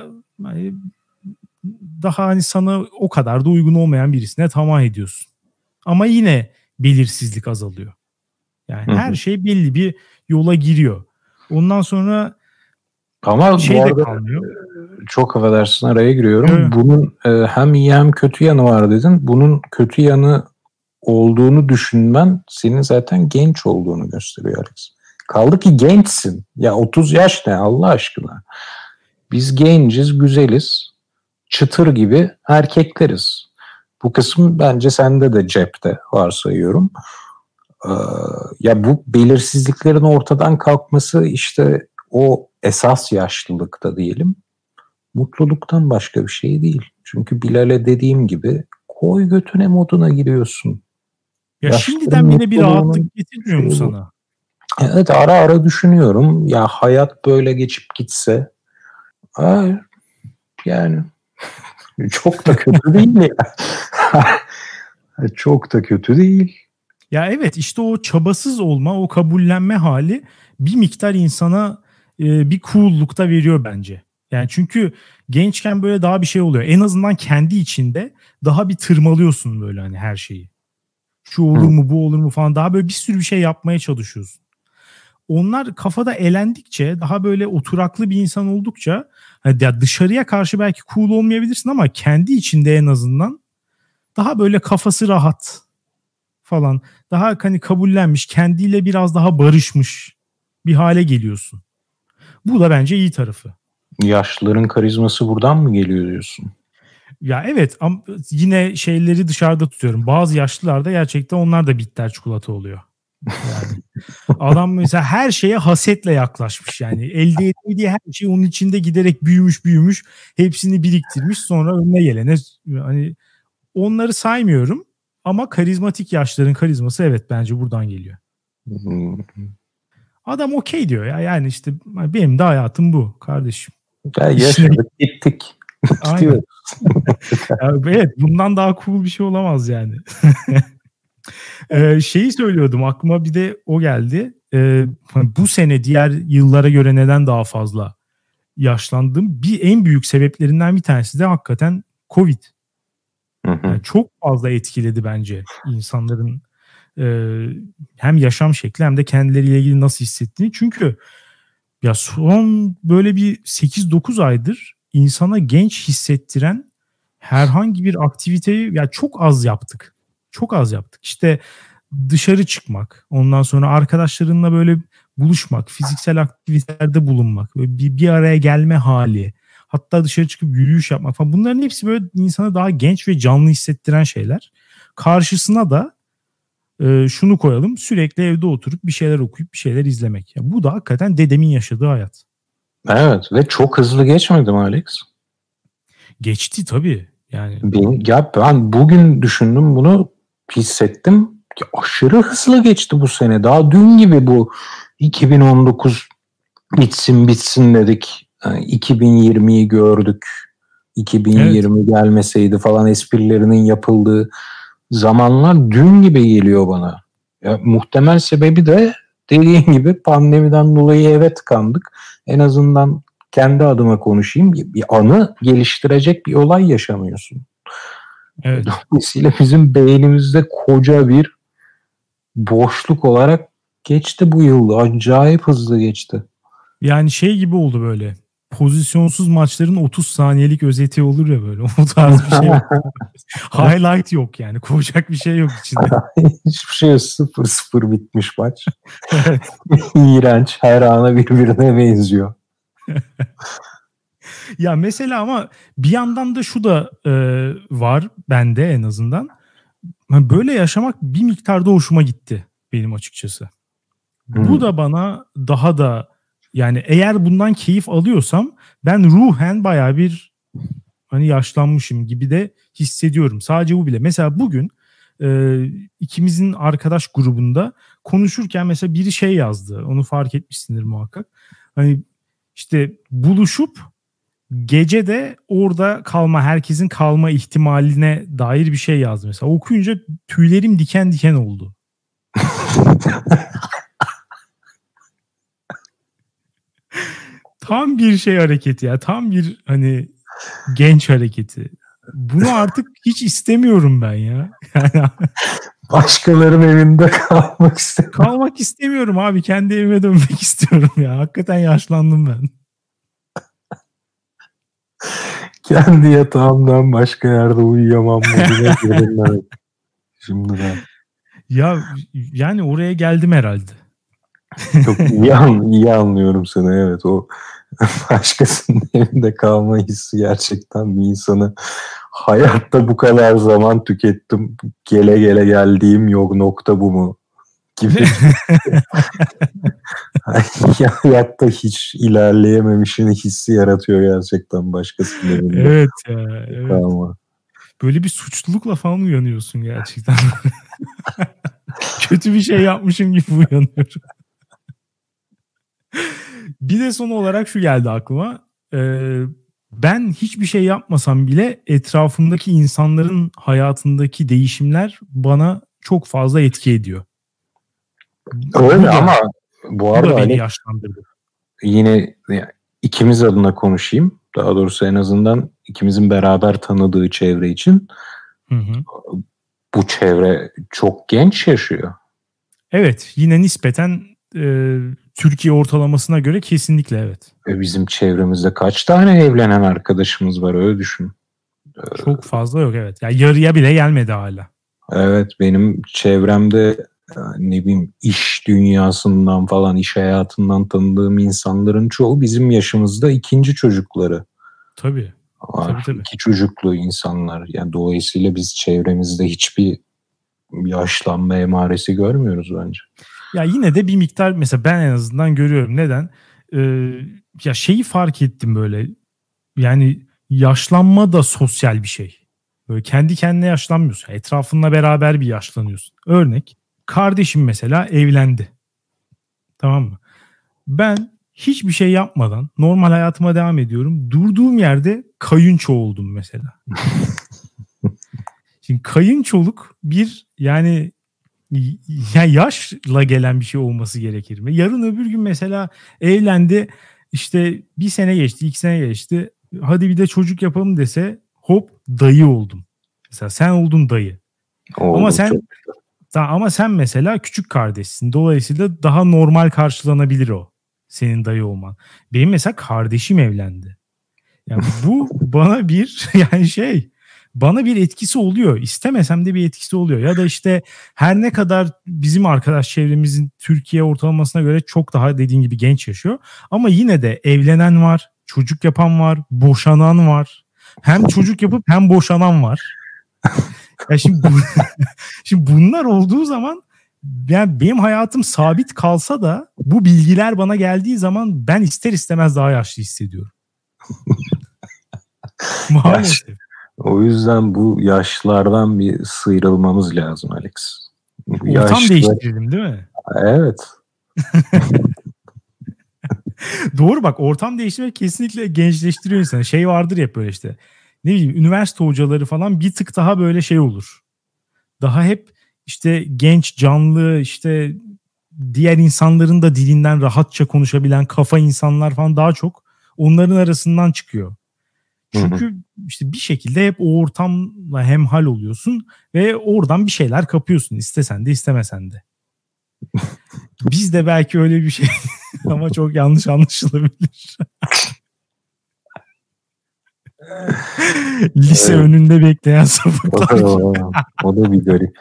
hani sana o kadar da uygun olmayan birisine tamah ediyorsun. Ama yine belirsizlik azalıyor. Yani her şey belli bir yola giriyor. Ondan sonra ama şey bu de arada kalmıyor. Çok affedersin, araya giriyorum. Evet. Bunun hem iyi hem kötü yanı var dedin. Bunun kötü yanı olduğunu düşünmen senin zaten genç olduğunu gösteriyor Alex. Kaldı ki gençsin. Ya 30 yaş ne Allah aşkına. Biz genciz, güzeliz. Çıtır gibi erkekleriz. Bu kısım bence sende de cepte varsayıyorum. Ya bu belirsizliklerin ortadan kalkması işte o esas yaşlılıkta diyelim. Mutluluktan başka bir şey değil. Çünkü Bilal'e dediğim gibi koy götüne moduna giriyorsun. Ya şimdiden bile bir rahatlık getirmiyor mu sana? Evet, ara ara düşünüyorum. Ya hayat böyle geçip gitse. Hayır. Yani çok da kötü değil ya. Çok da kötü değil. Ya evet işte o çabasız olma, o kabullenme hali bir miktar insana bir cool'luk da veriyor bence. Yani çünkü gençken böyle daha bir şey oluyor. En azından kendi içinde daha bir tırmalıyorsun böyle hani her şeyi. Şu olur mu, bu olur mu falan, daha böyle bir sürü bir şey yapmaya çalışıyorsun. Onlar kafada elendikçe, daha böyle oturaklı bir insan oldukça hani ya dışarıya karşı belki cool olmayabilirsin ama kendi içinde en azından daha böyle kafası rahat falan, daha hani kabullenmiş, kendiyle biraz daha barışmış bir hale geliyorsun. Bu da bence iyi tarafı. Yaşlıların karizması buradan mı geliyor diyorsun? Ya evet ama yine şeyleri dışarıda tutuyorum. Bazı yaşlılarda gerçekten onlar da bitter çikolata oluyor. Yani adam mesela her şeye hasetle yaklaşmış yani. Elde ettiği her şey onun içinde giderek büyümüş. Hepsini biriktirmiş, sonra önüne gelene hani onları saymıyorum ama karizmatik yaşların karizması evet bence buradan geliyor. Adam okey diyor ya, yani işte benim de hayatım bu kardeşim. Ya yaşadık gittik. Aynen. Evet, bundan daha cool bir şey olamaz yani. Şeyi söylüyordum, aklıma bir de o geldi. Bu sene diğer yıllara göre neden daha fazla yaşlandım? En büyük sebeplerinden bir tanesi de hakikaten Covid. Yani çok fazla etkiledi bence insanların hem yaşam şekli hem de kendileriyle ilgili nasıl hissettiğini. Çünkü ya son böyle bir 8-9 aydır insana genç hissettiren herhangi bir aktiviteyi ya çok az yaptık. Çok az yaptık. İşte dışarı çıkmak, ondan sonra arkadaşlarınla böyle buluşmak, fiziksel aktivitelerde bulunmak, böyle bir araya gelme hali, hatta dışarı çıkıp yürüyüş yapmak falan, bunların hepsi böyle insanı daha genç ve canlı hissettiren şeyler. Karşısına da şunu koyalım, sürekli evde oturup bir şeyler okuyup bir şeyler izlemek. Ya bu da hakikaten dedemin yaşadığı hayat. Evet ve çok hızlı geçmedi mi Alex? Geçti tabii. Yani Ben bugün düşündüm, bunu hissettim. Aşırı hızlı geçti bu sene. Daha dün gibi bu 2019 bitsin dedik. Yani 2020'yi gördük. 2020 evet. Gelmeseydi falan esprilerinin yapıldığı zamanlar dün gibi geliyor bana. Ya, muhtemel sebebi de dediğin gibi pandemiden dolayı eve tıkandık. En azından kendi adıma konuşayım. Bir anı geliştirecek bir olay yaşamıyorsun. Evet. Dolayısıyla bizim beynimizde koca bir boşluk olarak geçti bu yıl. Acayip hızlı geçti. Yani şey gibi oldu böyle. Pozisyonsuz maçların 30 saniyelik özeti olur ya böyle. O tarz bir şey yok. Highlight yok yani. Koyacak bir şey yok içinde. Hiçbir şey yok. 0-0 bitmiş maç. İğrenç. Her ana birbirine benziyor. Ya mesela ama bir yandan da şu da var bende en azından. Böyle yaşamak bir miktarda hoşuma gitti benim açıkçası. Bu da bana daha da, yani eğer bundan keyif alıyorsam ben ruhen bayağı bir hani yaşlanmışım gibi de hissediyorum. Sadece bu bile. Mesela bugün ikimizin arkadaş grubunda konuşurken mesela biri şey yazdı. Onu fark etmişsindir muhakkak. Hani işte buluşup gece de orada kalma, herkesin kalma ihtimaline dair bir şey yazdı mesela. Okuyunca tüylerim diken diken oldu. Tam bir şey hareketi ya. Tam bir hani genç hareketi. Bunu artık hiç istemiyorum ben ya. Yani Başkalarının evinde kalmak istemiyorum. Kalmak istemiyorum abi. Kendi evime dönmek istiyorum ya. Hakikaten yaşlandım ben. Kendi yatağımdan başka yerde uyuyamam moduna girdim ben. Şimdi ben. Ya yani oraya geldim herhalde. Çok iyi anlıyorum seni, evet. O başkasının evinde kalma hissi gerçekten bir insanı, hayatta bu kadar zaman tükettim, gele gele geldiğim yok nokta bu mu gibi. Hayatta hiç ilerleyememişin hissi yaratıyor gerçekten başkasının evinde. Evet ya. Evet. Kalma. Böyle bir suçlulukla falan uyanıyorsun gerçekten. Kötü bir şey yapmışım gibi uyanıyorum. Bir de son olarak şu geldi aklıma. Ben hiçbir şey yapmasam bile etrafımdaki insanların hayatındaki değişimler bana çok fazla etki ediyor. Öyle ama bu arada beni yaşlandırdı. Yine ikimiz adına konuşayım. Daha doğrusu en azından ikimizin beraber tanıdığı çevre için. Bu çevre çok genç yaşıyor. Evet, yine nispeten Türkiye ortalamasına göre kesinlikle evet. Bizim çevremizde kaç tane evlenen arkadaşımız var, öyle düşün. Çok fazla yok, evet. Yani yarıya bile gelmedi hala. Evet, benim çevremde ne bileyim iş dünyasından falan, iş hayatından tanıdığım insanların çoğu bizim yaşımızda ikinci çocukları. Tabii. Var. Tabii. İki çocuklu insanlar. Yani dolayısıyla biz çevremizde hiçbir yaşlanma emaresi görmüyoruz bence. Ya yine de bir miktar mesela ben en azından görüyorum. Neden? Ya şeyi fark ettim böyle. Yani yaşlanma da sosyal bir şey. Böyle kendi kendine yaşlanmıyorsun. Etrafınla beraber bir yaşlanıyorsun. Örnek, kardeşim mesela evlendi. Tamam mı? Ben hiçbir şey yapmadan normal hayatıma devam ediyorum. Durduğum yerde kayınço oldum mesela. Şimdi kayınçoluk bir yani yaşla gelen bir şey olması gerekir mi? Yarın öbür gün mesela evlendi, işte bir sene geçti, 2 sene geçti. Hadi bir de çocuk yapalım dese hop dayı oldum. Mesela sen oldun dayı. Ama sen mesela küçük kardeşsin. Dolayısıyla daha normal karşılanabilir o senin dayı olman. Benim mesela kardeşim evlendi. Yani bu bana bir bana bir etkisi oluyor. İstemesem de bir etkisi oluyor. Ya da işte her ne kadar bizim arkadaş çevremizin Türkiye ortalamasına göre çok daha dediğin gibi genç yaşıyor. Ama yine de evlenen var, çocuk yapan var, boşanan var. Hem çocuk yapıp hem boşanan var. Ya şimdi bunlar olduğu zaman yani benim hayatım sabit kalsa da bu bilgiler bana geldiği zaman ben ister istemez daha yaşlı hissediyorum. Maalesef. O yüzden bu yaşlardan bir sıyrılmamız lazım Alex. Ortam değiştirelim değil mi? Evet. Doğru, bak, ortam değiştirmek kesinlikle gençleştiriyor insanı. Şey vardır ya böyle işte. Ne bileyim, üniversite hocaları falan bir tık daha böyle şey olur. Daha hep işte genç, canlı, işte diğer insanların da dilinden rahatça konuşabilen kafa insanlar falan daha çok onların arasından çıkıyor. Çünkü işte bir şekilde hep o ortamla hemhal oluyorsun ve oradan bir şeyler kapıyorsun, istesen de istemesen de. Biz de belki öyle bir şey ama çok yanlış anlaşılabilir. Lise önünde bekleyen sapıklar. O da bir garip.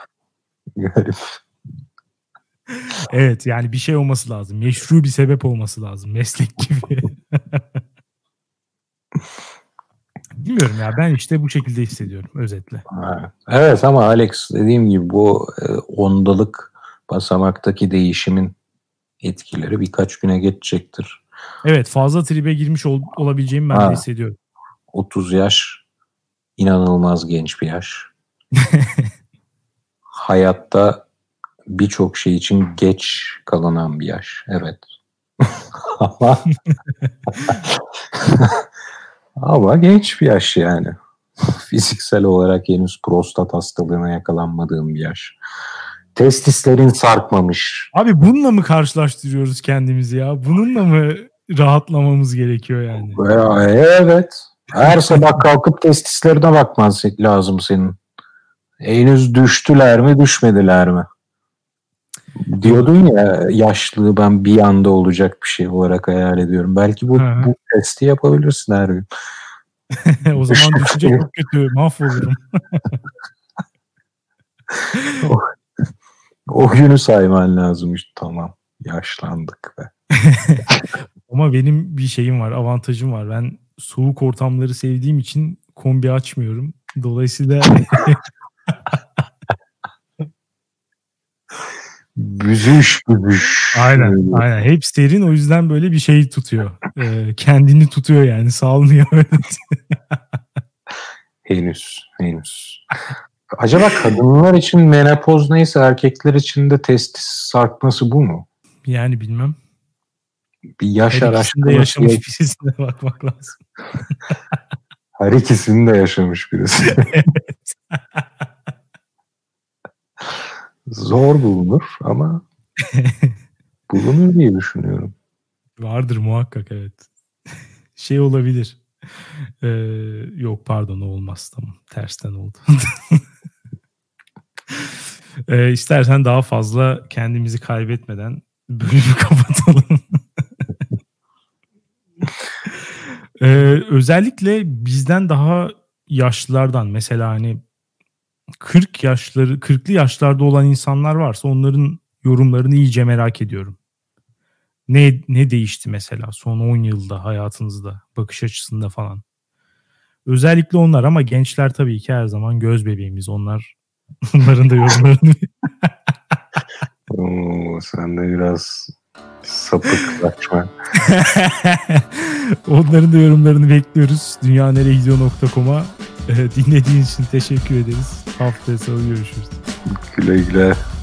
Evet, yani bir şey olması lazım. Meşru bir sebep olması lazım. Meslek gibi. Bilmiyorum ya, ben işte bu şekilde hissediyorum özetle. Evet ama Alex, dediğim gibi bu ondalık basamaktaki değişimin etkileri birkaç güne geçecektir. Evet, fazla tribe girmiş olabileceğimi ben de hissediyorum. 30 yaş inanılmaz genç bir yaş. Hayatta birçok şey için geç kalınan bir yaş. Evet. Ama genç bir yaş yani. Fiziksel olarak henüz prostat hastalığına yakalanmadığım bir yaş. Testislerin sarkmamış. Abi bununla mı karşılaştırıyoruz kendimizi ya? Bununla mı rahatlamamız gerekiyor yani? Evet. Her sabah kalkıp testislerine bakman lazım senin. Henüz düştüler mi, düşmediler mi? Diyordun ya, yaşlılığı ben bir anda olacak bir şey olarak hayal ediyorum. Belki bu testi yapabilirsin her gün. O zaman düşünce çok kötü, mahvolurum. O günü sayman lazım işte. Tamam, yaşlandık be. Ama benim bir şeyim var, avantajım var. Ben soğuk ortamları sevdiğim için kombi açmıyorum. Dolayısıyla büzüş. Aynen. Hep serin, o yüzden böyle bir şey tutuyor. Kendini tutuyor yani, salmıyor. Henüz. Acaba kadınlar için menopoz neyse erkekler için de testis sarkması bu mu? Yani bilmem. Bir yaş araştırması. yaşamış birisine bakmak lazım. Her ikisini de yaşamış birisi. Evet. Zor bulunur ama bulunur diye düşünüyorum. Vardır muhakkak, evet. Şey olabilir. Yok pardon, olmaz, tamam. Tersten oldu. İstersen daha fazla kendimizi kaybetmeden bölümü kapatalım. Özellikle bizden daha yaşlılardan, mesela hani 40'lı yaşlarda olan insanlar varsa onların yorumlarını iyice merak ediyorum. Ne değişti mesela son 10 yılda hayatınızda, bakış açısında falan. Özellikle onlar, ama gençler tabii ki her zaman göz bebeğimiz. Onların da yorumlarını. Sen de biraz sapıklaşma. Onların da yorumlarını bekliyoruz. dünyaneregidiyor.com'a dinlediğiniz için teşekkür ederiz. Haftaya salı görüşürüz. Güle güle.